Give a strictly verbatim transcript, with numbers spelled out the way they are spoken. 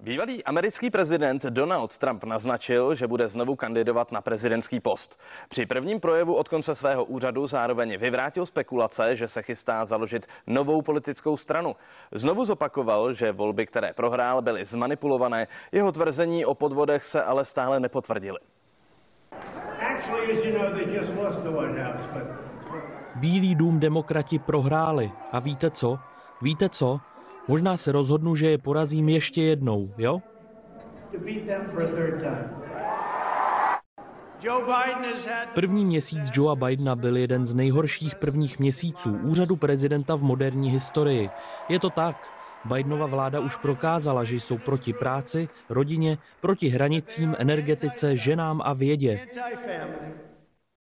Bývalý americký prezident Donald Trump naznačil, že bude znovu kandidovat na prezidentský post. Při prvním projevu od konce svého úřadu zároveň vyvrátil spekulace, že se chystá založit novou politickou stranu. Znovu zopakoval, že volby, které prohrál, byly zmanipulované. Jeho tvrzení o podvodech se ale stále nepotvrdily. Bílý dům demokrati prohráli. A víte co? Víte co? Možná se rozhodnu, že je porazím ještě jednou, jo? První měsíc Joea Bidena byl jeden z nejhorších prvních měsíců úřadu prezidenta v moderní historii. Je to tak. Bidenova vláda už prokázala, že jsou proti práci, rodině, proti hranicím, energetice, ženám a vědě.